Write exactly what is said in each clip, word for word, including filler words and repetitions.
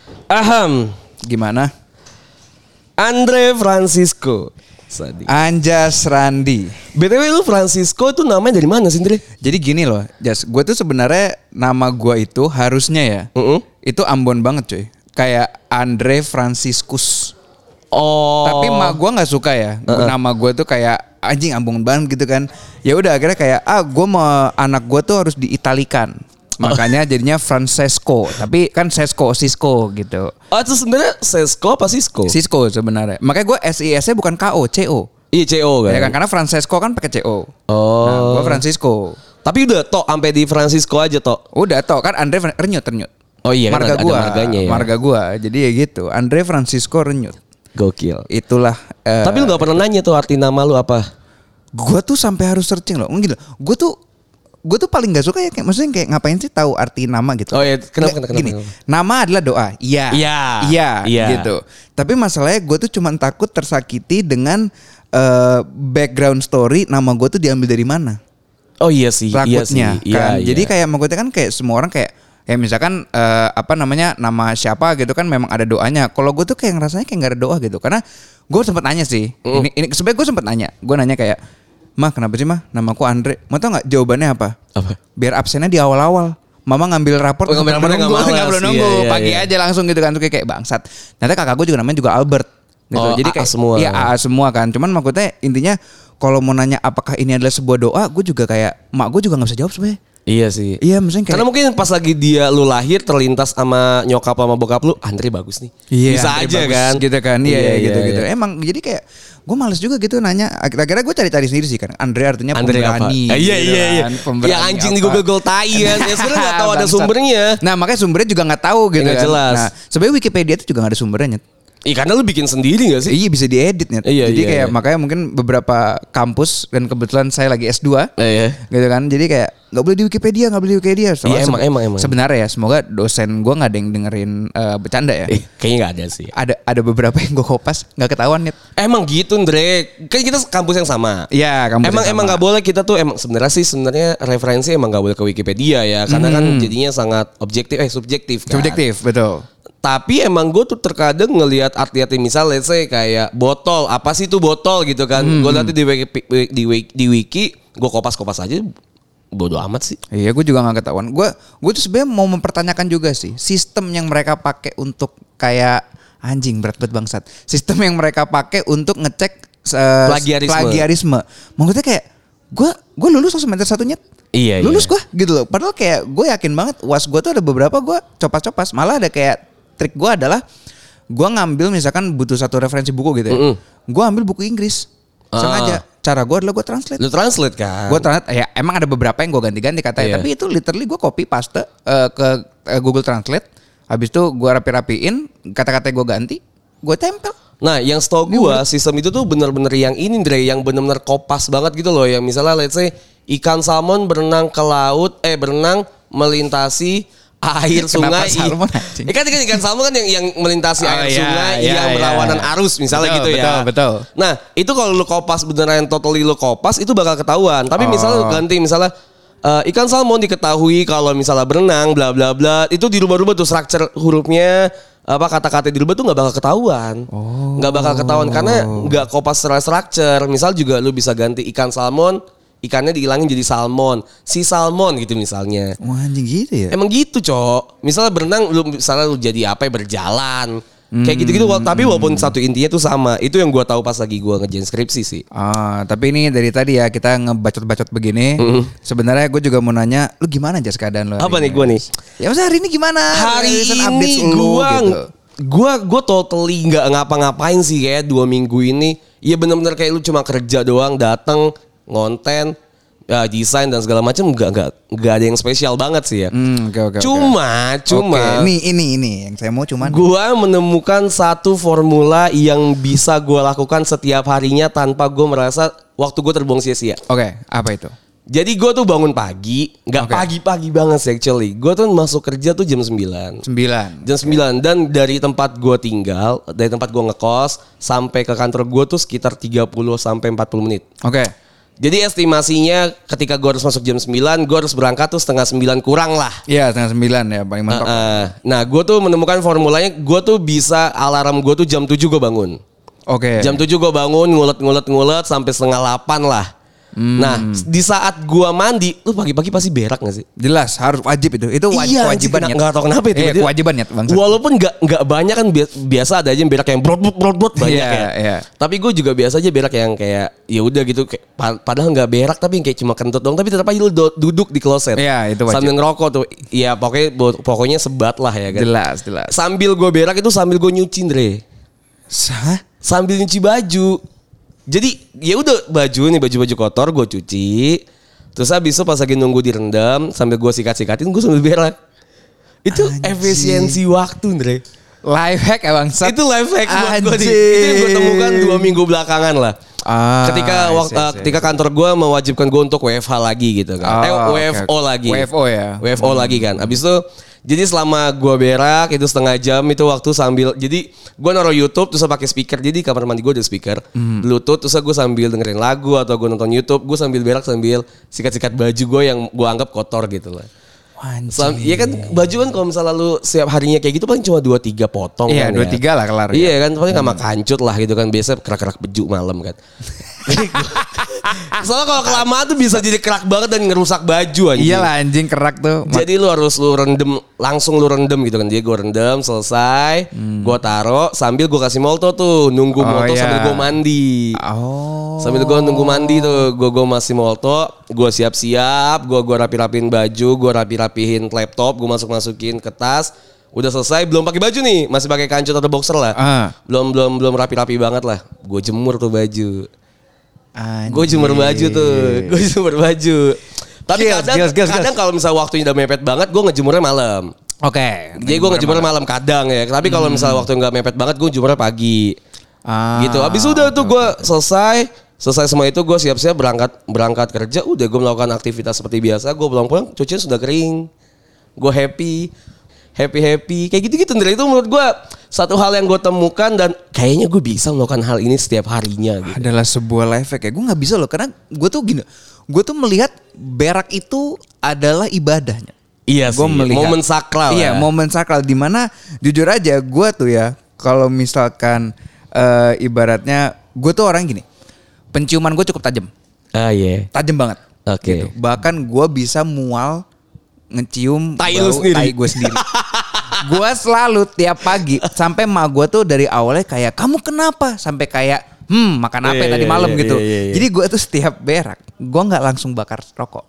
Aham. Gimana? Andre Francisco. Sadi. Anjas Randi. B T W lu Francisco itu namanya dari mana sih, Andre? Jadi gini loh, Jas, gue tuh sebenarnya nama gue itu harusnya ya, Uh-uh. itu Ambon banget cuy. Kayak Andre Franciscus. Oh. Tapi mak gue nggak suka ya, Uh-uh. nama gue tuh kayak anjing Ambon banget gitu kan. Ya udah akhirnya kayak ah gue mau anak gue tuh harus diitalikan. Makanya jadinya Francesco, tapi kan Sesco, Cisco gitu. Oh, itu sebenarnya Sesco apa Cisco? Cisco sebenarnya. Makanya gue S I S-nya bukan K O, C O. Iya C O kan. Ya kan karena Francesco kan pakai C O. Oh. Nah, gue Francisco. Tapi udah tok sampai di Francisco aja tok. Udah toh kan Andre Fran- renyut renyut. Oh iya kan marga ada, gua, ada marganya ya. Marga gua. Jadi ya gitu. Andre Francisco renyut. Gokil. Itulah. Uh, Tapi lu gak pernah nanya tuh arti nama lu apa? Gua tuh sampai harus searching loh. Gitu. Gua tuh gue tuh paling gak suka ya kayak maksudnya kayak ngapain sih tahu arti nama gitu. Oh iya, kenapa, Nggak, kenapa, gini, kenapa? nama adalah doa. Iya. Iya. Iya, Iya. gitu. Tapi masalahnya gue tuh cuma takut tersakiti dengan uh, background story nama gue tuh diambil dari mana. Oh iya sih, iya sih. Takutnya Iya, kan. iya. Jadi kayak maksudnya kan kayak semua orang kayak ya misalkan uh, apa namanya nama siapa gitu kan memang ada doanya. Kalau gue tuh kayak ngerasanya kayak nggak ada doa gitu. Karena gue sempet nanya sih. Mm. Ini ini sebenarnya gue sempet nanya. Gue nanya kayak, "Mah, kenapa sih, Mah? Namaku Andre." Mau tau nggak jawabannya apa? Apa? Biar absennya di awal-awal. Mama ngambil raport, Oh, ngambil rapor nggak malas. nggak perlu nunggu, Iya, iya, pagi iya. aja langsung gitu kan, tuh kayak, kayak bangsat. Ternyata kakak gue juga namanya juga Albert. Gitu. Oh, Jadi A A kayak semua. Iya A A semua kan. Cuman maksudnya intinya kalau mau nanya apakah ini adalah sebuah doa, gue juga kayak mak gue juga nggak bisa jawab sebenarnya. Iya sih. Iya, maksudnya kayak Karena mungkin pas lagi dia lu lahir terlintas sama nyokap sama bokap lu, Andre bagus nih. Iya, Bisa Andre aja bagus kan. gitu kan. Iya, Iya, gitu iya, gitu. iya. Emang jadi kayak gue males juga gitu nanya. Akhirnya gue cari-cari sendiri sih kan. Andre artinya Andre apa? pemberani. Ah, iya, gitu iya, iya. kan. Pemberani Yang anjing apa. di Google Google tai kan. Ya sebenarnya enggak tahu ada Bangsat. sumbernya. Nah, makanya sumbernya juga nggak tahu gitu Nggak kan. jelas. Nah, sebenarnya Wikipedia itu juga nggak ada sumbernya. Iya karena lu bikin sendiri gak sih? Iya, bisa diedit nih. Iya, Jadi iya, kayak iya. makanya mungkin beberapa kampus dan kebetulan saya lagi S dua. Eh, iya. Gitu kan. Jadi kayak nggak boleh di Wikipedia, nggak boleh di Wikipedia. Soalnya Iya, emang, se- emang, emang. Sebenarnya ya, semoga dosen gue nggak ada yang dengerin eh, bercanda ya. Eh, kayaknya gak ada sih. Ada ada beberapa yang gue kopas nggak ketahuan nih. Emang gitu Andre. Kan kita kampus yang sama. Iya, kampus Emang yang emang sama. nggak boleh kita tuh emang sebenarnya sih sebenarnya referensi emang nggak boleh ke Wikipedia ya karena kan jadinya sangat objektif eh subjektif kan. Subjektif, betul. Tapi emang gue tuh terkadang ngelihat arti-arti misal let's say kayak botol apa sih itu botol gitu kan. Gue lihat di wiki di wiki, di wiki gue kopas-kopas aja bodo amat sih. Iya, gue juga nggak ketahuan. Gue gue tuh sebenarnya mau mempertanyakan juga sih sistem yang mereka pakai untuk kayak anjing berat banget bangsat. Sistem yang mereka pakai untuk ngecek uh, Plagiarisme. plagiarisme. Maksudnya kayak gue gue lulus langsung semester satunya. Iya, Lulus iya. gue gitu loh. Padahal kayak gue yakin banget U A S gue tuh ada beberapa gue copas-copas. Malah ada kayak trik gue adalah gue ngambil misalkan butuh satu referensi buku gitu ya. Mm-mm. Gue ambil buku Inggris. Sengaja. Cara gue adalah gue translate. Lu translate kan? Gue translate, ya emang ada beberapa yang gue ganti-ganti katanya, Iya. tapi itu literally gue copy paste uh, ke uh, Google Translate, habis itu gue rapi-rapiin, kata-kata gue ganti, gue tempel. Nah, yang setahu gue sistem itu tuh bener-bener yang ini Dre, yang bener-bener kopas banget gitu loh. Yang misalnya let's say ikan salmon berenang ke laut, eh berenang melintasi air Kenapa sungai. salmon, anjing? Ikan ikan ikan salmon kan yang yang melintasi Oh, air iya, sungai iya, yang iya. berlawanan arus misalnya Betul, gitu ya. betul, betul. Nah, itu kalau lu kopas beneran totally lu kopas itu bakal ketahuan. Tapi Oh. misalnya lu ganti misalnya eh, ikan salmon diketahui kalau misalnya berenang bla bla bla itu dirubah-rubah tuh structure hurufnya apa kata-kata dirubah tuh nggak bakal ketahuan, nggak bakal ketahuan karena nggak kopas secara structure. Misal juga lu bisa ganti ikan salmon, ikannya dihilangin jadi salmon, si salmon gitu misalnya. Wah anjing gitu ya. Emang gitu cok. Misalnya berenang lu misalnya lu jadi apa ya berjalan. Kayak gitu-gitu tapi walaupun satu intinya tuh sama. Itu yang gua tahu pas lagi gua ngerjain skripsi sih. Ah, tapi ini dari tadi ya kita ngebacot-bacot begini. Sebenarnya gue juga mau nanya, lu gimana aja keadaan lu? hari Apa ini? nih gua nih? Ya maksudnya hari ini gimana? Hari Recent ini updates lu gua gitu. gua gua totally nggak ngapa-ngapain sih kayak dua minggu ini. Ya benar-benar kayak lu cuma kerja doang, datang ngonten, ya desain dan segala macam nggak nggak nggak ada yang spesial banget sih ya. Hmm, oke oke. oke. Cuma cuma Oke, ini ini ini yang saya mau cuman. gua menemukan satu formula yang bisa gua lakukan setiap harinya tanpa gua merasa waktu gua terbuang sia-sia. Oke, apa itu? Jadi gue tuh bangun pagi, nggak Oke. pagi-pagi banget sih actually. Gue tuh masuk kerja tuh jam sembilan. Sembilan. Jam sembilan dan dari tempat gue tinggal, dari tempat gue ngekos sampai ke kantor gue tuh sekitar tiga puluh sampai empat puluh menit. Oke. Jadi estimasinya ketika gue harus masuk jam sembilan, gue harus berangkat tuh setengah sembilan kurang lah. Iya setengah sembilan ya paling mantap. Uh, uh. Nah gue tuh menemukan formulanya, gue tuh bisa alarm gue tuh jam tujuh gue bangun. Oke. Okay. Jam tujuh gue bangun, ngulet-ngulet-ngulet sampai setengah delapan lah. Hmm. Nah di saat gue mandi, lu pagi-pagi pasti berak gak sih? Jelas harus wajib itu. Itu wajib, iya, kewajiban ya. Gak tau kenapa itu. Iya, kewajiban ya. Walaupun gak, gak banyak kan biasa ada aja yang berak yang brot-brot banyak yeah, ya. Yeah. Tapi gue juga biasa aja berak yang kayak ya udah gitu. Kayak, padahal gak berak tapi yang kayak cuma kentut dong. Tapi tetap aja lu duduk di kloset. Iya yeah, itu wajib. Sambil ngerokok tuh. Iya pokoknya pokoknya sebat lah ya kan. Jelas jelas. Sambil gue berak itu sambil gue nyuci Dre. Sah? Sambil nyuci baju. Jadi ya udah baju nih baju-baju kotor gue cuci. Terus habis itu pas lagi nunggu direndam sambil gue sikat-sikatin gue sambil berak. Itu Anjir. Efisiensi waktu Ndre. Life hack ya bangsat. Itu life hack buat gue. Itu yang gue temukan dua minggu belakangan lah. Ah, ketika waktu uh, ketika kantor gue mewajibkan gue untuk W F H lagi gitu kan. Oh, eh W F O okay. lagi. W F O ya. W F O hmm. lagi kan. Habis itu jadi selama gue berak itu setengah jam itu waktu sambil jadi gue naruh YouTube terus pakai speaker. Jadi kamar mandi gue ada speaker, hmm. Bluetooth terus gue sambil dengerin lagu atau gue nonton YouTube, gue sambil berak sambil sikat-sikat baju gue yang gue anggap kotor gitu lah. Anjir. Iya kan baju kan kalau misalnya lu setiap harinya kayak gitu paling cuma dua tiga potong iya, kan. Iya dua tiga lah kelar. Iya ya. Kan paling sama kancut lah gitu kan. Biasa kerak-kerak baju malam kan. Soalnya kalau kelamaan tuh bisa jadi kerak banget dan ngerusak baju anjing. Iyalah anjing kerak tuh. Jadi lu harus lu rendem langsung lu rendem gitu kan. Jadi gue rendem selesai, hmm. gue taruh sambil gue kasih molto tuh nunggu oh, molto iya. Sambil gue mandi. Oh. Sambil gue nunggu mandi tuh, gue gue masih molto, gue siap-siap, gue gue rapi-rapiin baju, gue rapi-rapiin laptop, gue masuk-masukin ke tas. Udah selesai, belum pakai baju nih, masih pakai kancut atau boxer lah. Uh. Belum belum belum rapi-rapi banget lah. Gue jemur tuh baju. Gue jemur baju tuh, gue jemur baju. Tapi gils, kadang, gils, gils, kadang kalau misalnya waktunya udah mepet banget, gue ngejemurnya malam. Oke. Okay. Jadi gue ngejemurnya malam kadang ya. Tapi kalau hmm. misalnya waktu nggak mepet banget, gue jemurnya pagi. Ah, gitu. Abis udah tuh gue selesai, selesai semua itu gue siap-siap berangkat berangkat kerja. Udah gue melakukan aktivitas seperti biasa. Gue pulang-pulang, cucian sudah kering. Gue happy. Happy-happy kayak gitu-gitu. Itu menurut gue satu hal yang gue temukan dan kayaknya gue bisa melakukan hal ini setiap harinya gitu. Adalah sebuah life hack ya. Gue gak bisa loh karena gue tuh gini, gue tuh melihat berak itu adalah ibadahnya. Iya gua sih, melihat, momen sakral. Iya, ya. Momen sakral dimana jujur aja gue tuh ya, kalau misalkan uh, ibaratnya gue tuh orang gini, penciuman gue cukup tajam. Ah iya. Yeah. Tajam banget. Oke. Okay. Gitu. Bahkan gue bisa mual ngecium tai lu sendiri. Tai gue sendiri. Gue selalu tiap pagi sampai emak gue tuh dari awalnya kayak kamu kenapa sampai kayak hmm makan apa yeah, tadi malam yeah, gitu. Yeah, yeah, yeah. Jadi gue tuh setiap berak gue nggak langsung bakar rokok.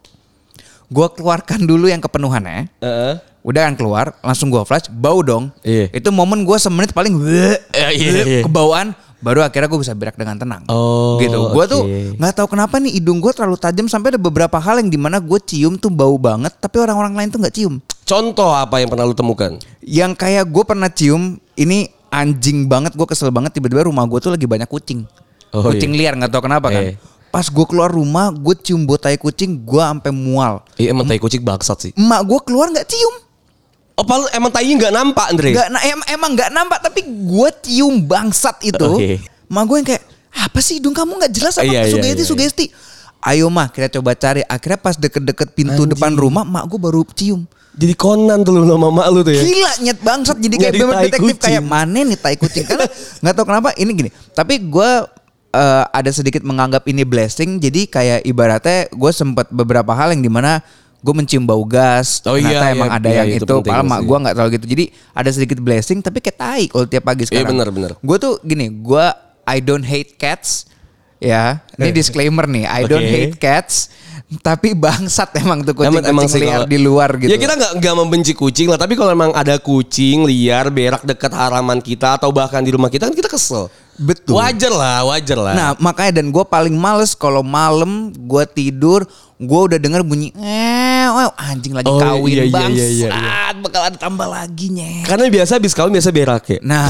Gue keluarkan dulu yang kepenuhannya. Uh-uh. Udah kan keluar langsung gue flash bau dong. Yeah. Itu momen gue semenit paling uh, yeah, yeah, yeah. kebauan. Baru akhirnya gue bisa berak dengan tenang. Oh, gitu. Gue okay. tuh nggak tahu kenapa nih hidung gue terlalu tajam sampai ada beberapa hal yang dimana gue cium tuh bau banget, tapi orang-orang lain tuh nggak cium. Contoh apa yang pernah lu temukan? Yang kayak gue pernah cium, ini anjing banget, gue kesel banget. Tiba-tiba rumah gue tuh lagi banyak kucing, oh, kucing iya. liar, nggak tahu kenapa kan. Eh. Pas gue keluar rumah, gue cium bau tai kucing, gue sampai mual. Iya emang tai kucing bangsat sih. Emak gue keluar nggak cium. Oh, emang tainya nggak nampak, Andre? Gak, em, emang nggak nampak, tapi gue cium bangsat itu. Okay. Mak gue yang kayak apa sih hidung kamu nggak jelas apa iya, sugesti iya, iya. sugesti. Ayo mah kita coba cari. Akhirnya pas deket-deket pintu Anjing. Depan rumah, mak gue baru cium. Jadi Conan tuh lu sama mak lu tuh ya. Gila nyet bangsat. Jadi kayak bener detektif kucing. Kayak mana nih tai kucing. Karena nggak tahu kenapa ini gini. Tapi gue uh, ada sedikit menganggap ini blessing. Jadi kayak ibaratnya gue sempat beberapa hal yang dimana gue mencium bau gas, oh, ternyata iya, emang iya, ada iya, yang itu, itu padahal mak gue nggak terlalu gitu. Jadi ada sedikit blessing, tapi kayak tai kalau tiap pagi sekarang. Iya benar-benar. Gue tuh gini, gue I don't hate cats, ya. Ini disclaimer nih, I don't okay. hate cats. Tapi bangsat emang tuh kucing-kucing liar di luar gitu. Ya kita nggak nggak membenci kucing lah, tapi kalau emang ada kucing liar berak dekat halaman kita atau bahkan di rumah kita kan kita kesel. Betul. Wajar lah, wajar lah. Nah makanya dan gue paling males kalau malam gue tidur, gue udah denger bunyi eh, oh, anjing lagi oh, kawin iya, bangsat, iya, iya, iya. bakal ada tambah lagi nyet. Karena biasa habis kawin biasa berak ya. Nah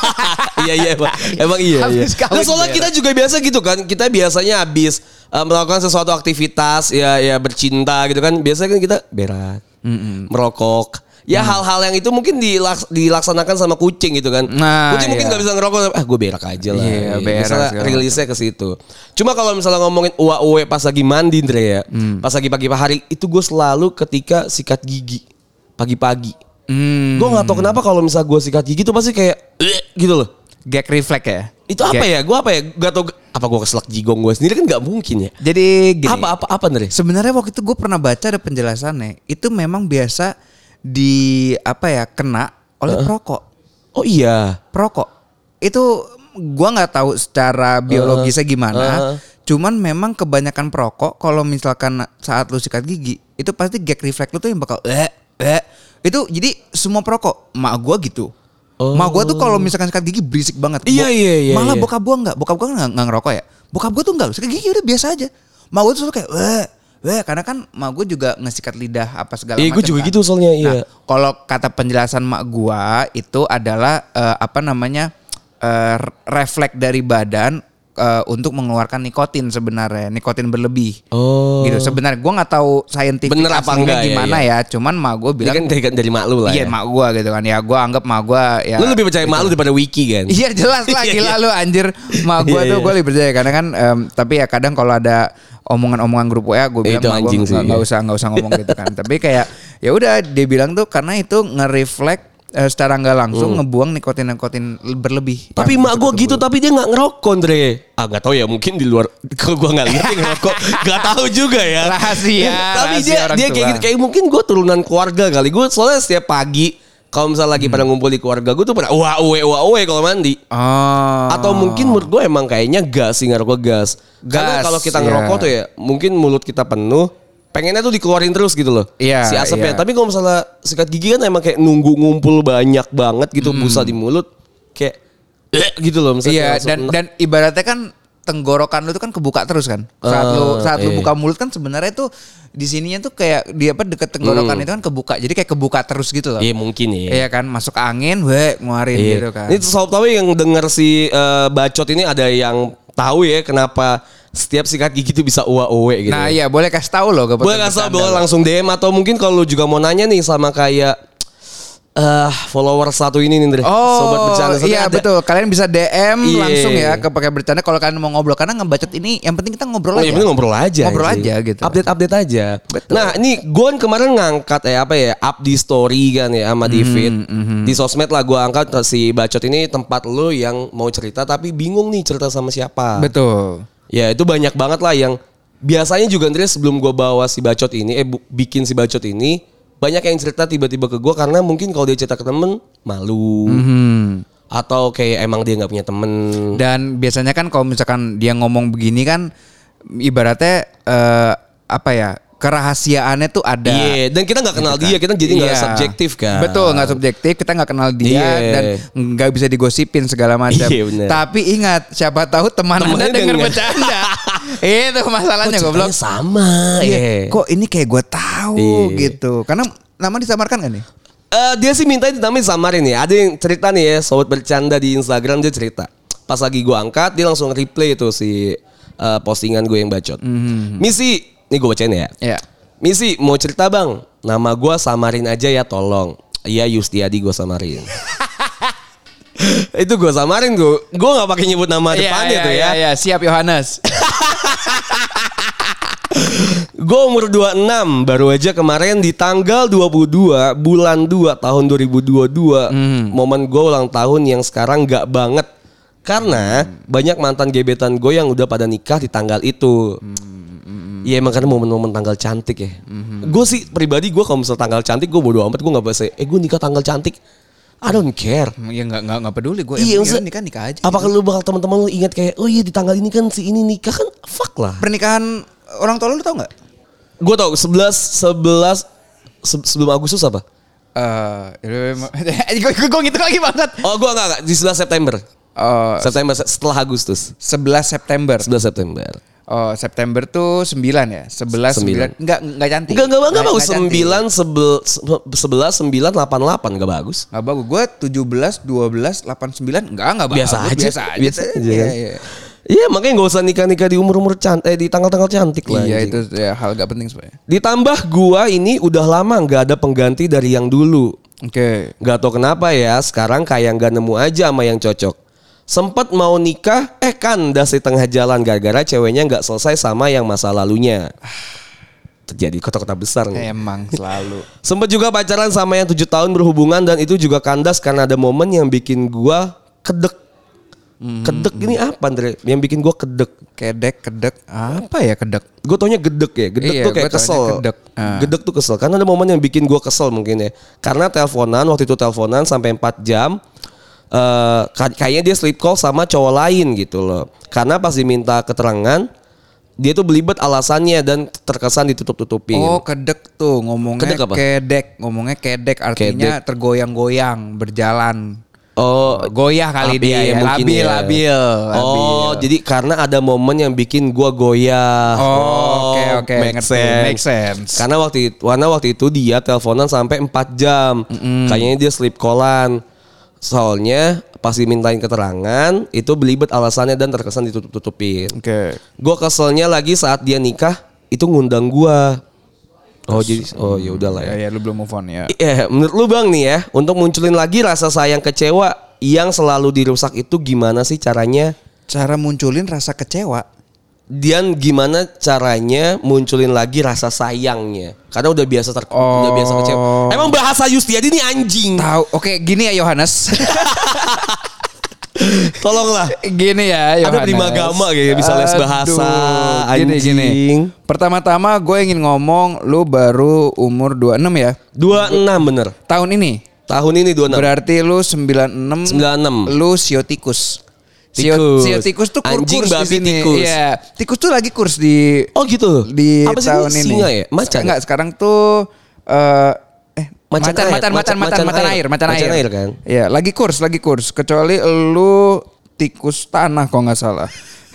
iya iya emang, emang iya. iya. Nah soalnya berak. Kita juga biasa gitu kan, kita biasanya habis uh, melakukan sesuatu aktivitas ya ya bercinta gitu kan, biasanya kan kita berak, mm-mm. merokok. Ya hmm. hal-hal yang itu mungkin dilaks- dilaksanakan sama kucing gitu kan. Nah, kucing iya. mungkin gak bisa ngerokok, ah gue berak aja lah. Iya, berak, misalnya rilisnya ke situ. Cuma kalau misalnya ngomongin uwe-uwe pas lagi mandi Andre ya, hmm. pas lagi pagi hari itu gue selalu ketika sikat gigi pagi-pagi. Hmm. Gue nggak tahu kenapa kalau misalnya gue sikat gigi tuh pasti kayak gitu loh. Gag reflex ya? Itu apa Gag. ya? Gue apa ya? Gak tau apa gue keselak jigong gue sendiri kan nggak mungkin ya. Jadi gini. Apa apa apa nih? Sebenarnya waktu itu gue pernah baca ada penjelasannya. Itu memang biasa di apa ya kena oleh uh. perokok. Oh iya. Perokok. Itu gue nggak tahu secara biologisnya gimana. Uh. Uh. Cuman memang kebanyakan perokok kalau misalkan saat lu sikat gigi itu pasti gag reflex lu tuh yang bakal eh eh itu jadi semua perokok. Mak gue gitu. Oh. Mak gue tuh kalau misalkan sikat gigi berisik banget. Iya iya iya. Malah iya. bokap gue enggak, bokap gue enggak, enggak ngerokok ya. Bokap gue tuh enggak, sikat gigi udah biasa aja. Mak gue tuh selalu kayak, weh, weh, karena kan mak gue juga ngesikat lidah apa segala macam. Iya, gue juga kan. gitu soalnya. Iya. Nah, kalau kata penjelasan mak gue itu adalah uh, apa namanya uh, refleks dari badan. Uh, untuk mengeluarkan nikotin sebenarnya, nikotin berlebih. Oh. Gitu. Sebenarnya gue nggak tahu saintifik bener apa enggak gimana ya, ya. Cuman mak gue bilang kan dari, dari mak lu lah. Iya, ya. mak gue gitu kan. Ya gue anggap mak gue ya. Lu lebih percaya gitu. Mak lu daripada Wiki kan? Iya jelas lah gila lu anjir. Mak gue tuh gue lebih percaya karena kan um, tapi ya kadang kalau ada omongan-omongan grup W A gue bilang mak gue nggak usah nggak usah ngomong gitu kan. Tapi kayak ya udah dia bilang tuh karena itu nge-reflect Uh, secara nggak langsung hmm. ngebuang nikotin-nikotin berlebih. Tapi mak gue gitu, tapi dia nggak ngerokok, Andre. Ah nggak tahu ya, mungkin di luar. Kalau gue nggak lihat dia ngerokok, nggak tahu juga ya. Rahasia. Tapi rahasia dia dia kayak gitu, kayak mungkin gue turunan keluarga kali. Gue soalnya setiap pagi kalau misalnya lagi hmm. pada ngumpul di keluarga gue tuh pada wah uwe wah uwe kalau mandi. Oh. Atau mungkin menurut gue emang kayaknya gas sih ngerokok gas. gas Karena kalau kita yeah. ngerokok tuh ya, mungkin mulut kita penuh. Pengennya tuh dikeluarin terus gitu loh. Iya, si asapnya. Iya. Tapi kalau misalnya sikat gigi kan emang kayak nunggu ngumpul banyak banget gitu. Hmm. Busa di mulut. Kayak eh, gitu loh. Iya dan, dan ibaratnya kan tenggorokan lu tuh kan kebuka terus kan. Saat uh, lu saat eh. lu buka mulut kan sebenarnya tuh di sininya tuh kayak di apa deket tenggorokan hmm. itu kan kebuka. Jadi kayak kebuka terus gitu loh. Iya mungkin ya. Iya kan masuk angin, weh ngeluarin iya. gitu kan. Ini soal tahu yang denger si uh, bacot ini ada yang tahu ya kenapa setiap sikat gigi itu bisa uwe-uwe gitu. Nah iya boleh kasih tahu loh. Boleh kasih tahu, boleh langsung D M atau mungkin kalau lu juga mau nanya nih sama kayak uh, follower satu ini nih Andre. Oh Sobat Bercanda. iya ada. Betul, kalian bisa D M yeah. langsung ya ke pakai bercanda kalau kalian mau ngobrol. Karena ngebacot ini yang penting kita ngobrol oh, aja. Yang penting ngobrol aja. Ngobrol sih. aja gitu. Update-update aja. Betul. Nah ini gue kemarin ngangkat ya apa ya up di story kan ya sama mm-hmm, di feed. Mm-hmm. Di sosmed lah gue angkat si bacot ini tempat lu yang mau cerita tapi bingung nih cerita sama siapa. Betul. Ya itu banyak banget lah yang biasanya juga Andre sebelum gue bawa si bacot ini, eh bu, bikin si bacot ini banyak yang cerita tiba-tiba ke gue karena mungkin kalau dia cerita ke temen malu mm-hmm. atau kayak emang dia nggak punya temen. Dan biasanya kan kalau misalkan dia ngomong begini kan ibaratnya uh, apa ya kerahasiaannya tuh ada. Iya. Yeah, dan kita nggak kenal gitu dia, kita jadi nggak yeah. subjektif kan. Betul, nggak subjektif, kita nggak kenal dia yeah. dan nggak bisa digosipin segala macam. Yeah, tapi ingat, siapa tahu teman Anda denger bercanda. Itu masalahnya goblok. Sama. Iya. Yeah. Kok ini kayak gue tahu yeah. gitu. Karena nama disamarkan kan nih? Uh, dia sih minta namanya disamarin ya. Ada yang cerita nih ya, sobat bercanda di Instagram dia cerita. Pas lagi gue angkat, dia langsung replay itu si uh, postingan gue yang bacot. Mm-hmm. Misi. Ini gue bacain ya. Iya. Misi mau cerita bang. Nama gue samarin aja ya tolong. Iya Yustiadi gue samarin. Itu gue samarin gue. Gue gak pakai nyebut nama yeah, depannya yeah, tuh ya. Iya yeah, siap Yohanes. Gue umur dua puluh enam. Baru aja kemarin di tanggal dua puluh dua bulan dua tahun dua ribu dua puluh dua. Mm. Momen gue ulang tahun yang sekarang gak banget. Karena mm. banyak mantan gebetan gue yang udah pada nikah di tanggal itu. Mm. Iya emang karena momen-momen tanggal cantik ya. Mm-hmm. Gue sih pribadi gue kalau misal tanggal cantik gue bodo amat, gue nggak bahas. Eh gue nikah tanggal cantik, I don't care. Iya nggak nggak nggak peduli gue. Iya yang nikah nikah aja. Apakah gitu. Lu bakal teman-teman lu ingat kayak oh iya di tanggal ini kan si ini nikah kan fuck lah. Pernikahan orang tua lu tau nggak? Gue tau sebelas sebelas sebelum Agustus apa? Eh, gue gue gitu lagi banget. Oh gue nggak nggak di sebelas September. Oh, September setelah Agustus. sebelas September. sebelas September. Oh September tuh sembilan ya. Sebelas sembilan. Enggak enggak cantik. Enggak enggak enggak bagus. Sembilan sebelas sembilan delapan delapan enggak bagus. Enggak bagus. Gue tujuh belas dua belas delapan sembilan enggak enggak bagus. Biasa aja. Biasa aja. Biasa aja kan? Iya, iya. Iya makanya gak usah nikah-nikah di umur-umur cantik, eh, di tanggal-tanggal cantik lah. Iya anjing. itu ya hal gak penting sebenarnya. Ditambah gua ini udah lama gak ada pengganti dari yang dulu. Oke. Okay. Gak tau kenapa ya, sekarang kayak gak nemu aja sama yang cocok. Sempet mau nikah, eh kandas di tengah jalan gara-gara ceweknya gak selesai sama yang masa lalunya. Terjadi kota-kota besar nih. Emang selalu. Sempet juga pacaran sama yang tujuh tahun berhubungan dan itu juga kandas karena ada momen yang bikin gua kedek. Kedek ini apa Andre? Yang bikin gue kedek. Kedek, kedek. Apa ya kedek? Gue taunya gedek ya. Gedek iya, tuh kayak kesel. Gedek. Ah. Gedek tuh kesel. Karena ada momen yang bikin gue kesel mungkin ya. Karena teleponan, waktu itu teleponan sampai empat jam. Uh, kayaknya dia sleep call sama cowok lain gitu loh. Karena pas diminta keterangan, dia tuh belibet alasannya dan terkesan ditutup-tutupin. Oh kedek tuh ngomongnya kedek apa? kedek. Ngomongnya kedek artinya kedek. Tergoyang-goyang, berjalan. Oh, goyah kali labil, dia ya. Labil, ya. labil, labil. Oh, jadi karena ada momen yang bikin gua goyah. Oh, oke oh, oke, make ngerti, sense. make sense. Karena waktu itu, karena waktu itu dia teleponan sampai empat jam. Mm-hmm. Kayaknya dia sleep callan. Soalnya pas dimintain keterangan, itu belibet alasannya dan terkesan ditutup-tutupin. Oke. Okay. Gua keselnya lagi saat dia nikah, itu ngundang gua. Oh terus, jadi oh ya udahlah ya. Ya, ya lu belum move on ya. Iya, menurut lu Bang nih ya, untuk munculin lagi rasa sayang kecewa yang selalu dirusak itu gimana sih caranya? Cara munculin rasa kecewa. Dan gimana caranya munculin lagi rasa sayangnya? Karena udah biasa ter oh. udah biasa kecewa. Emang bahasa Yustiadi ini anjing. Tahu. Oke, gini ya Yohanes. Tolonglah. Gini ya Yohanes. Ada prima agama kayak bisa les bahasa. Aduh, gini gini. Pertama-tama gue ingin ngomong lu baru umur dua puluh enam ya? dua puluh enam bener. Tahun ini? Tahun ini dua puluh enam. Berarti lu sembilan puluh enam. sembilan puluh enam. Lu siotikus. Tikus. Sio tikus tuh kur anjing kurs babi di sini. Tikus. Iya, tikus tuh lagi kurs di oh gitu. Di apa sih tahun ini. Singa ya? Macan. Enggak, sekarang tuh uh, eh macan macan, air. macan, macan, macan, macan, macan air, macan, macan air. air kan. Iya, lagi kurs, lagi kurs. Kecuali lu tikus tanah kalau nggak salah.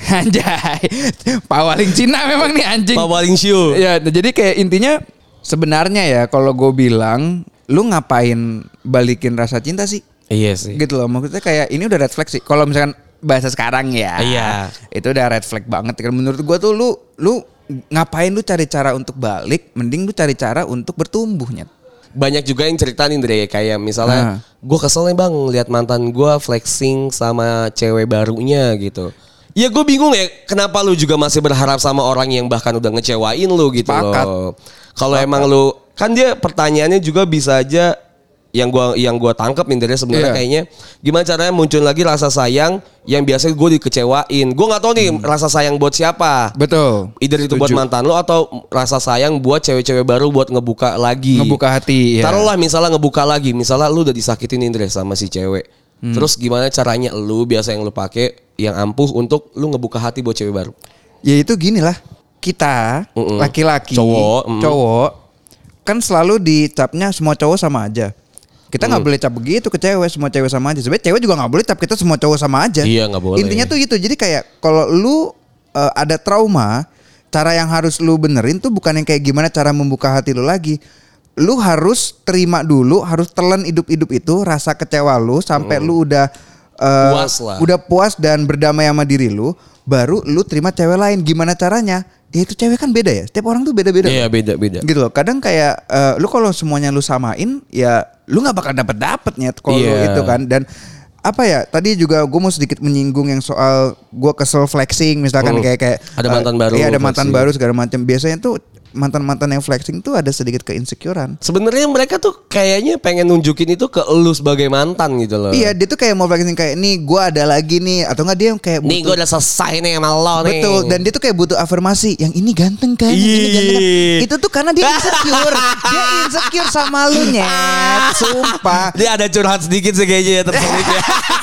Anjay. Pawaling Cina memang nih anjing. Pawaling Siu. Iya, jadi kayak intinya sebenarnya ya kalau gue bilang lu ngapain balikin rasa cinta sih? Iya sih. Gitu loh, maksudnya kayak ini udah red flag sih. Kalau misalkan bahasa sekarang ya. Iya. Itu udah red flag banget. Kan menurut gua tuh lu lu ngapain lu cari cara untuk balik, mending lu cari cara untuk bertumbuhnya. Banyak juga yang cerita nih Dre, kayak misalnya nah. gue kesel nih Bang lihat mantan gue flexing sama cewek barunya gitu. Ya gue bingung ya kenapa lu juga masih berharap sama orang yang bahkan udah ngecewain lu gitu Sepakat. loh. Kalau emang lu kan dia pertanyaannya juga bisa aja yang gua yang gua tangkap nih dari sebenarnya yeah. kayaknya gimana caranya muncul lagi rasa sayang yang biasanya gue dikecewain. Gue nggak tahu nih hmm. rasa sayang buat siapa. Betul. Either itu buat mantan lo atau rasa sayang buat cewek-cewek baru buat ngebuka lagi. Ngebuka hati. Ya. Taruhlah misalnya ngebuka lagi, misalnya lu udah disakitin Indra sama si cewek. Hmm. Terus gimana caranya lu biasa yang lu pakai yang ampuh untuk lu ngebuka hati buat cewek baru? Ya itu gini lah. Kita Mm-mm. laki-laki, cowok, mm. cowok kan selalu dicapnya semua cowok sama aja. Kita nggak hmm. boleh cap begitu ke cewek, semua cewek sama aja. Sebenarnya cewek juga nggak boleh cap kita semua cowok sama aja. Iya nggak boleh. Intinya tuh gitu. Jadi kayak kalau lu uh, ada trauma, cara yang harus lu benerin tuh bukan yang kayak gimana cara membuka hati lu lagi. Lu harus terima dulu, harus telan hidup-hidup itu rasa kecewa lu sampai hmm. lu udah uh, puas lah. Udah puas dan berdamai sama diri lu, baru lu terima cewek lain. Gimana caranya? Ya itu cewek kan beda ya. Setiap orang tuh beda-beda. Iya beda-beda. Gitu loh. Kadang kayak uh, lu kalau semuanya lu samain, ya lu nggak bakal dapet dapetnya kalau yeah. itu kan. Dan apa ya? Tadi juga gue mau sedikit menyinggung yang soal gue kesel flexing, misalkan hmm. kayak kayak ada mantan uh, baru. Iya ada flexing. mantan baru segala macam. Biasanya tuh mantan-mantan yang flexing tuh ada sedikit keinsecurean. Sebenarnya mereka tuh kayaknya pengen nunjukin itu ke lu sebagai mantan gitu loh. Iya, dia tuh kayak mau flexing kayak nih gue ada lagi nih, atau enggak dia kayak butuh, nih gue udah selesai nih sama lo nih. Betul, dan dia tuh kayak butuh afirmasi. Yang ini ganteng kan, yang ini ganteng kan. Itu tuh karena dia insecure. Dia insecure sama lu nyet. Sumpah. Dia ada curhat sedikit sih kayaknya ya terselip ya.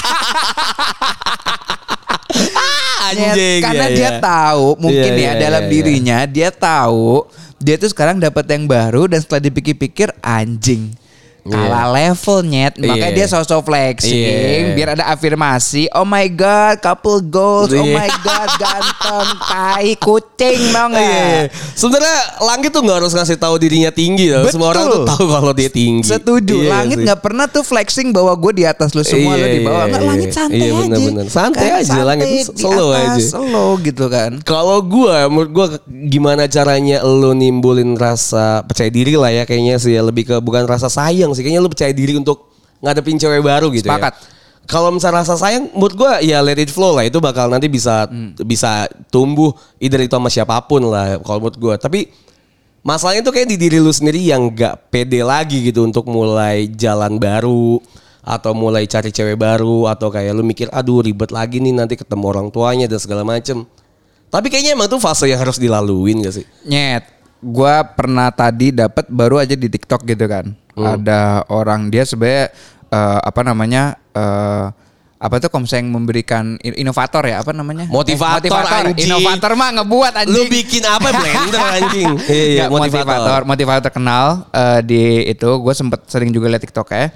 Anjing, karena ya, dia ya. tahu mungkin ya, ya, ya dalam ya, dirinya dia tahu dia tuh sekarang dapat yang baru dan setelah dipikir-pikir anjing kalah level nyet. Makanya Iya. dia sosok flexing Iya. biar ada afirmasi. Oh my god, couple goals. Oh Iya. my god, ganteng, tai, kucing, mau nggak? Iya, iya. Sebenarnya Langit tuh nggak harus ngasih tahu dirinya tinggi loh. Semua orang tuh tahu kalau dia tinggi. Setuju. Iya Langit sih. nggak pernah tuh flexing bahwa gue di atas lu semua, Iya, lu di bawah. Nggak, iya, Langit santai iya, aja. bener-bener. Santai aja, santai, Langit tuh di slow atas, aja. slow gitu kan. Kalau gue, menurut gue gimana caranya lo nimbulin rasa percaya diri lah ya kayaknya sih ya. Lebih ke bukan rasa sayang sih. Kayaknya lo percaya diri untuk ngadepin cewek baru gitu. Sepakat. Ya. Kalau misalnya rasa sayang, menurut gue ya let it flow lah. Itu bakal nanti bisa hmm. bisa tumbuh either itu sama siapapun lah kalau menurut gue. Tapi masalahnya itu kayak di diri lu sendiri yang gak pede lagi gitu untuk mulai jalan baru. Atau mulai cari cewek baru. Atau kayak lu mikir aduh ribet lagi nih nanti ketemu orang tuanya dan segala macem. Tapi kayaknya emang tuh fase yang harus dilaluin gak sih? Nyet, gue pernah tadi dapat baru aja di TikTok gitu kan. Hmm. Ada orang dia sebenarnya uh, apa namanya uh, apa tuh kalau misalnya memberikan inovator ya apa namanya? Motivator, eh, motivator. anjing. Inovator mah ngebuat anjing. Lu bikin apa blender anjing? Iya, iya, Nggak, motivator. Motivator kenal uh, di itu gue sempet sering juga liat TikTok ya.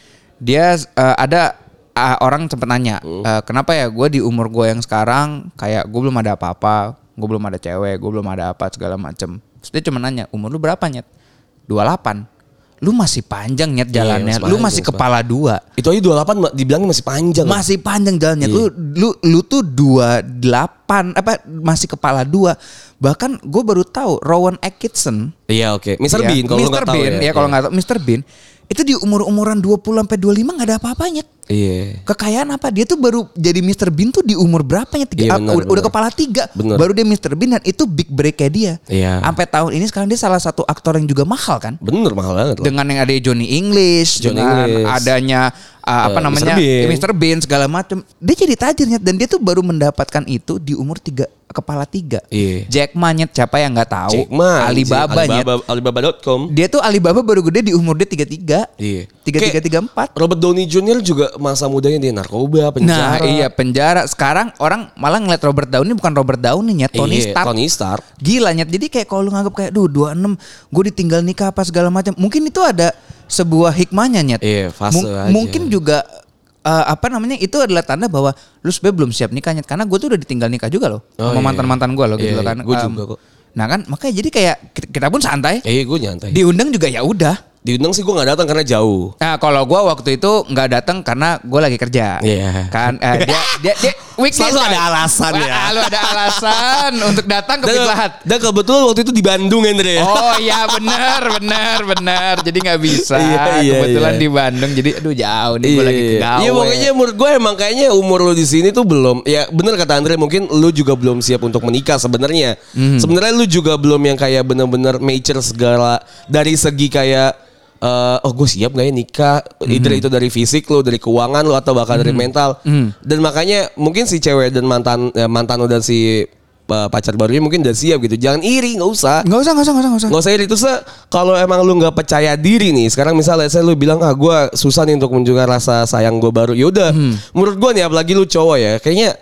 Dia uh, ada uh, orang sempet nanya hmm. uh, kenapa ya gue di umur gue yang sekarang kayak gue belum ada apa-apa, gue belum ada cewek, gue belum ada apa segala macem. Terus dia cuma nanya umur lu berapa Nyet? dua puluh delapan. Lu masih panjang Nyet jalannya. Iya, masih lu masih panjang, kepala dua. Itu aja dua puluh delapan dibilangnya masih panjang. Masih panjang jalannya. Iya. Lu lu lu tuh dua puluh delapan apa masih kepala dua. Bahkan gue baru tahu Rowan Atkinson. Iya oke. Okay. mister Ya, Bean kalau lu enggak tahu Bean, ya. ya kalau enggak tahu mister Bean itu di umur-umuran dua puluh sampai dua puluh lima enggak ada apa-apanya. Iya. Kekayaan apa? Dia tuh baru jadi mister Bean tuh di umur berapa ya? Tiga, iya, bener, udah, udah kepala tiga. Bener. Baru dia mister Bean dan itu big break-nya dia. Iya. Sampai tahun ini sekarang dia salah satu aktor yang juga mahal kan? Bener mahal banget loh. Dengan yang ada Johnny English, Johnny dengan English. adanya uh, apa Uh, namanya mister Bean. mister Bean segala macam. Dia jadi tajirnya dan dia tuh baru mendapatkan itu di umur tiga kepala tiga. Iya. Jack Ma Nyet, siapa yang nggak tahu? Jack Ma, Alibaba Nyet. Alibaba, Alibaba dot com. Dia tuh Alibaba baru gede di umur dia tiga puluh tiga. Iya. tiga puluh tiga tiga puluh empat. Robert Downey Junior juga masa mudanya dia narkoba, penjara. Nah iya penjara. Sekarang orang malah ngeliat Robert Downey bukan Robert Downey Nyet, Tony iya, Stark. Tony Stark. Gila Nyet. Jadi kayak kalau lu nganggap kayak duh dua puluh enam gue ditinggal nikah apa segala macam. Mungkin itu ada sebuah hikmahnya Nyet. Iya, fase Mung- aja. Mungkin juga uh, apa namanya itu adalah tanda bahwa lu sebenarnya belum siap nikah Nyet. Karena gue tuh udah ditinggal nikah juga loh. Oh, sama iya. mantan-mantan gue loh gitu Iya, loh kan. gue Um, juga kok. Nah kan makanya jadi kayak kita, kita pun santai. Eh gue nyantai. Diundang juga ya udah. Diundang sih gue nggak datang karena jauh. Nah kalau gue waktu itu nggak datang karena gue lagi kerja. Iya. Kan eh, dia dia dia weekdays Selalu kan? ada alasan ya. Wah, Lu ada alasan untuk datang ke Dan, Pizza Hut. dan kebetulan waktu itu di Bandung Andre ya. Oh iya benar benar benar. Jadi nggak bisa. Iya, iya, Kebetulan iya. di Bandung. Jadi aduh jauh nih gue lagi ke gawe. Iya pokoknya menurut gue emang kayaknya umur lu di sini tuh belum. Ya bener kata Andre mungkin lu juga belum siap untuk menikah sebenarnya. Hmm. Sebenarnya lu juga belum yang kayak bener-bener mature segala dari segi kayak Uh, oh gue siap gak ya nikah mm-hmm. Either itu dari fisik lo, dari keuangan lo, atau bahkan mm-hmm. dari mental mm-hmm. Dan makanya mungkin si cewek dan mantan ya, mantan lo dan si uh, pacar barunya mungkin udah siap gitu. Jangan iri, gak usah Gak usah, gak usah, gak usah, gak usah. Gak usah iri. Terus kalau emang lu gak percaya diri nih, sekarang misalnya saya lu bilang ah gue susah nih untuk menunjukkan rasa sayang gue baru. Yaudah hmm. menurut gue nih apalagi lu cowok ya, kayaknya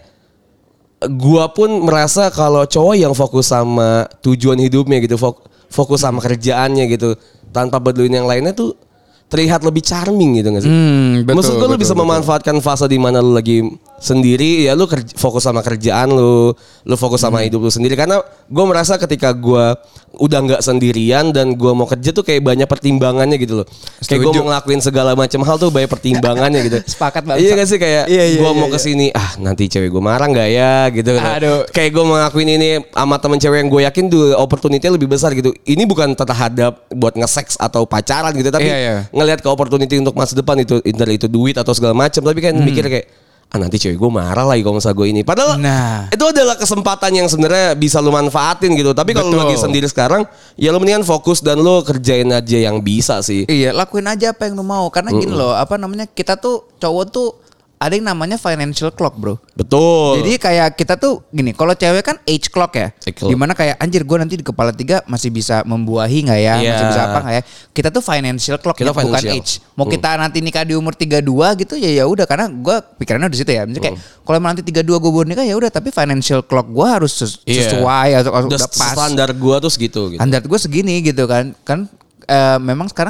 gue pun merasa kalau cowok yang fokus sama tujuan hidupnya gitu, fokus sama kerjaannya gitu, tanpa peduliin yang lainnya tuh terlihat lebih charming gitu gak sih? Hmm, betul, Maksud gue lu bisa betul. memanfaatkan fase di mana lu lagi sendiri, ya lu kerja, fokus sama kerjaan lu, lu fokus sama Hmm. hidup lu sendiri. Karena gue merasa ketika gue udah nggak sendirian dan gue mau kerja tuh kayak banyak pertimbangannya gitu loh. Kayak gue mau ngelakuin segala macam hal tuh banyak pertimbangannya gitu. Sepakat banget. Iya gak sih kayak Iya, iya, gue iya, mau iya. kesini, ah nanti cewek gue marah nggak ya gitu. Aduh. Kayak gue mau ngelakuin ini sama temen cewek yang gue yakin tuh opportunity-nya lebih besar gitu. Ini bukan terhadap buat nge-sex atau pacaran gitu, tapi Iya, iya. ngelihat ke opportunity untuk masa depan itu, entah itu duit atau segala macam. Tapi kan Hmm. mikir kayak ah nanti cewek gue marah lagi kalau misalnya gue ini. Padahal Nah. itu adalah kesempatan yang sebenarnya bisa lu manfaatin gitu. Tapi kalau lu Betul. lagi sendiri sekarang, ya lu mendingan fokus dan lu kerjain aja yang bisa sih. Iya, lakuin aja apa yang lu mau. Karena gini loh, apa namanya, kita tuh cowok tuh ada yang namanya financial clock, bro. Betul. Jadi kayak kita tuh gini, kalau cewek kan age clock ya. Age clock. Dimana kayak anjir gue nanti di kepala tiga masih bisa membuahi nggak ya? Iya. Masih bisa apa nggak ya? Kita tuh financial clock Kita ya, bukan financial. age. Mau Hmm. kita nanti nikah di umur tiga puluh dua gitu ya ya udah, karena gue pikirannya di situ ya. Misalnya kayak kalau emang nanti tiga puluh dua gue baru nikah ya udah, tapi financial clock gue harus ses- Iya. sesuai atau Udah udah pas. standar gua tuh segitu gitu. Standar gue segini gitu kan. Kan eh, memang sekarang kayak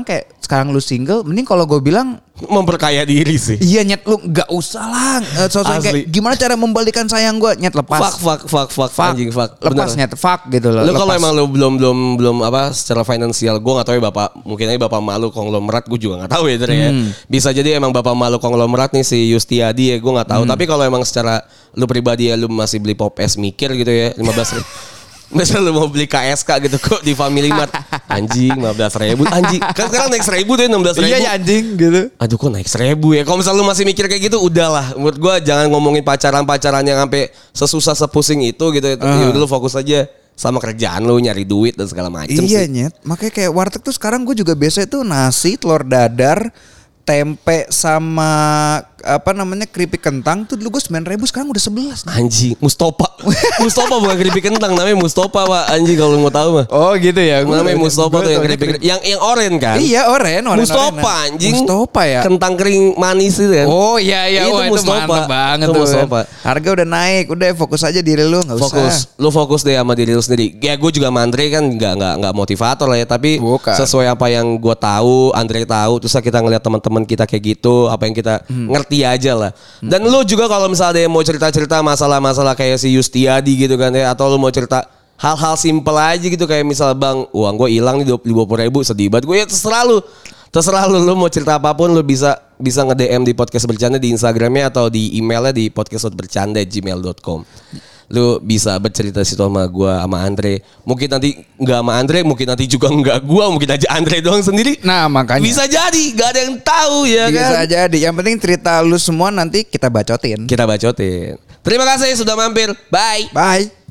sekarang lu single, mending kalau gue bilang memperkaya diri sih. Iya nyet, lu nggak usah lah. Uh, Soalnya kayak gimana cara membalikan sayang gue, nyet lepas. Fuck fuck fuck fuck, fuck anjing fuck. Lepas bener. Nyet fuck gitu loh. Lu kalau emang lu belum belum belum apa secara finansial, gue nggak tahu ya bapak, mungkin aja bapak malu konglomerat, gue juga nggak tahu ya, hmm. ya. Bisa jadi emang bapak malu konglomerat nih si Yustiadi ya, gue nggak tahu. Hmm. Tapi kalau emang secara lu pribadi ya lu masih beli pop es mikir gitu ya, lima belas ribu. Misal lu mau beli K S K gitu kok di Family Mart, anjing lima belas ribu anjing, kan sekarang naik seribu tuh enam belas ribu. Iya ya anjing gitu. Aduh kok naik seribu ya. Kalau misal lu masih mikir kayak gitu, udahlah. Menurut gue jangan ngomongin pacaran-pacaran yang sampai sesusah sepusing itu gitu. Uh. Ya udah lu fokus aja sama kerjaan lu, nyari duit dan segala macam. Iya sih. Nyet, makanya kayak warteg tuh sekarang gue juga biasa itu nasi, telur dadar, tempe sama apa namanya keripik kentang tuh dulu gue sembilan ribu, sekarang udah sebelas. Anjing, Mustopa. Mustopa bukan keripik kentang, namanya Mustopa Pak. Anjing kalau mau tahu mah. Oh gitu ya. Namanya Mustopa tuh yang keripik yang yang oren kan? Iya oren, oren. Mustopa anjing. Mustopa ya. Kentang kering manis itu kan. Oh iya iya, itu oh, Mustopa. Itu mantap banget itu tuh. Mustopa. Harga udah naik, udah fokus aja diri lu, enggak usah. Fokus. Lu fokus deh sama diri lu sendiri. Ya gue juga sama Andre kan enggak enggak enggak motivator lah ya, tapi bukan. Sesuai apa yang gue tahu, Andre tahu, terus kita ngeliat teman-teman kita kayak gitu, apa yang kita hmm. ngerti aja lah. Dan lu juga kalau misalnya ada yang mau cerita-cerita masalah-masalah kayak si Yustiadi gitu kan ya, atau lu mau cerita hal-hal simpel aja gitu kayak misal bang uang gue hilang nih dua puluh ribu sedih banget gue, ya terserah lu. Terserah lu, lu mau cerita apapun lu bisa bisa nge-D M di Podcast Bercanda di Instagramnya atau di emailnya di podcast bercanda at gmail dot com. Lu bisa bercerita situ sama gue sama Andre. Mungkin nanti nggak sama Andre, mungkin nanti juga nggak gue, mungkin aja Andre doang sendiri. Nah makanya bisa jadi, gak ada yang tahu ya bisa kan. Bisa jadi. Yang penting cerita lu semua nanti kita bacotin. Kita bacotin. Terima kasih sudah mampir. Bye. Bye.